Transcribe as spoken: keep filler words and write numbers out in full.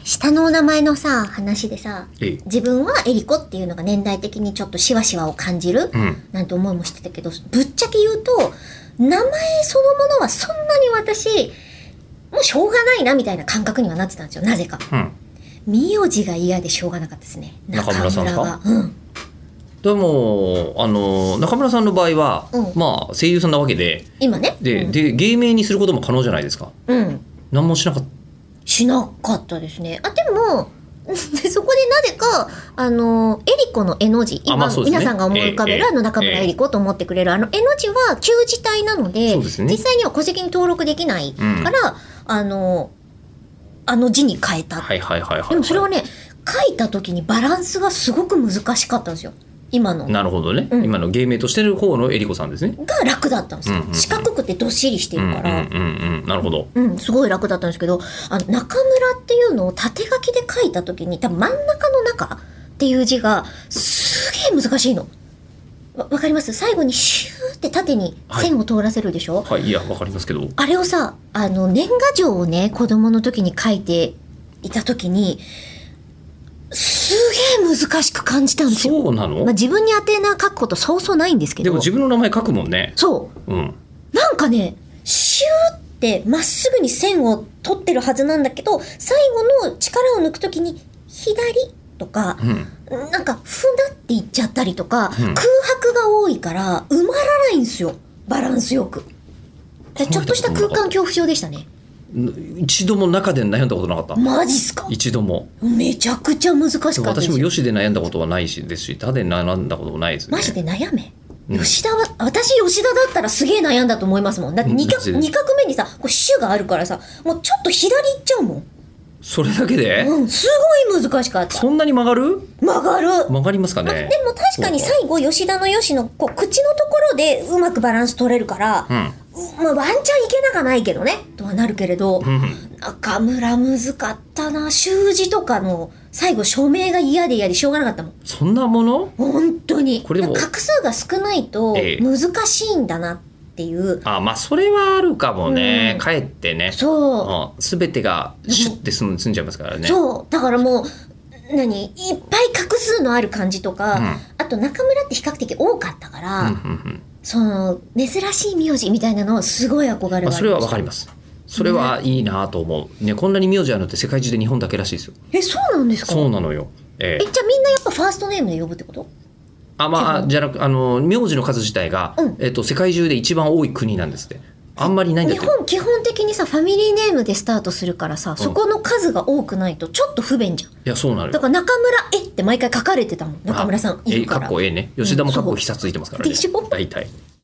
下のお名前のさ話でさ、 ええ自分はエリコっていうのが年代的にちょっとシワシワを感じる、 うん、 なんて思いもしてたけど、ぶっちゃけ言うと名前そのものはそんなに私もうしょうがないなみたいな感覚にはなってたんですよ。なぜか、 うん、 名字が嫌でしょうがなかったですね。 中村さんですか？ 中村が、うん、 でもあの中村さんの場合は、 うん、 まあ声優さんなわけで今ね、 で、 うん、 で芸名にすることも可能じゃないですか。 うん、 何もしなかった。 しなかったですね。あ、でもでそこでなぜかあのエリコの絵の字、今、 まあそうですね、 皆さんが思い浮かべる、 ええあの中村エリコと思ってくれる、あの絵の字は旧字体なので、 そうですね、 実際には戸籍に登録できないから、うん、あのあの字に変えた。 はいはいはいはい、はい、 でもそれはね、書いた時にバランスがすごく難しかったんですよ。今のなるほどね、うん、今の芸名としてる方のエリコさんですねが楽だったんですよ、うんうんうん、四角くてどっしりしてるから、 うんうんうんうん、なるほど、 うん、すごい楽だったんですけど、あの中村っていうのを縦書きで書いた時に多分真ん中の中っていう字がすげえ難しいの。わ, わかります？最後にシューって縦に線を通らせるでしょ。 はい、はい、いやわかりますけど、 あれをさ、あの年賀状をね子供の時に書いていた時にすげえ難しく感じたんですよ。 そうなの？ まあ、自分に宛名書くことそうそうないんですけど、 でも自分の名前書くもんね。 そう、 うん、 なんかねシューってまっすぐに線を取ってるはずなんだけど、最後の力を抜くときに左とか、うん、なんかふなっていっちゃったりとか、うん、空白が多いから埋まらないんですよ、バランスよく。ちょっとした空間恐怖症でしたね。 一度も中で悩んだことなかった。 マジっすか？ 一度も。 めちゃくちゃ難しかったですよ。 私もよしで悩んだことはないしですし、他で悩んだこともないですね。 マジで悩め、うん、吉田は、私吉田だったらすげえ悩んだと思いますもん。だって 2, 画2画目にさこう主があるからさ、もうちょっと左行っちゃうもん。 それだけで、 うん、すごい難しかった。 そんなに曲がる？ 曲がる。 曲がりますかね。 でも確かに最後吉田の吉のこう口のところでうまくバランス取れるから、うん、まあ、ワンチャンいけなかないけどねとはなるけれど、うん、中村難かったな。習字とかの最後署名が嫌で嫌でしょうがなかったもん。 そんなもの？ 本当に。 これでも画数が少ないと難しいんだなっていう、 ええ、あ、まあそれはあるかもね、うん、かえってね、 そう、 うん、全てがシュッて済んじゃいますからね。 そうだからもう何いっぱい画数のある感じとか、うん、あと中村って比較的多かったから、うんうんうん、その珍しい名字みたいなのすごい憧れがありました。まあ、 それはわかります。それはいいなと思う、ね、こんなに名字あるのって世界中で日本だけらしいですよ。 え、そうなんですか？ そうなのよ、えー、えじゃあみんなやっぱファーストネームで呼ぶってこと？ あ、まあ、じゃなくあの名字の数自体が、うん、えっと、世界中で一番多い国なんですって。あんまりないんだって。 日本基本的にさファミリーネームでスタートするからさ、うん、そこの数が多くないとちょっと不便じゃん。いや、そうなのよ。 だから中村えって毎回書かれてたもん。中村さんいるから。 え、かっこええね。吉田もかっこ久ついてますからね。 でしょ？ 大体。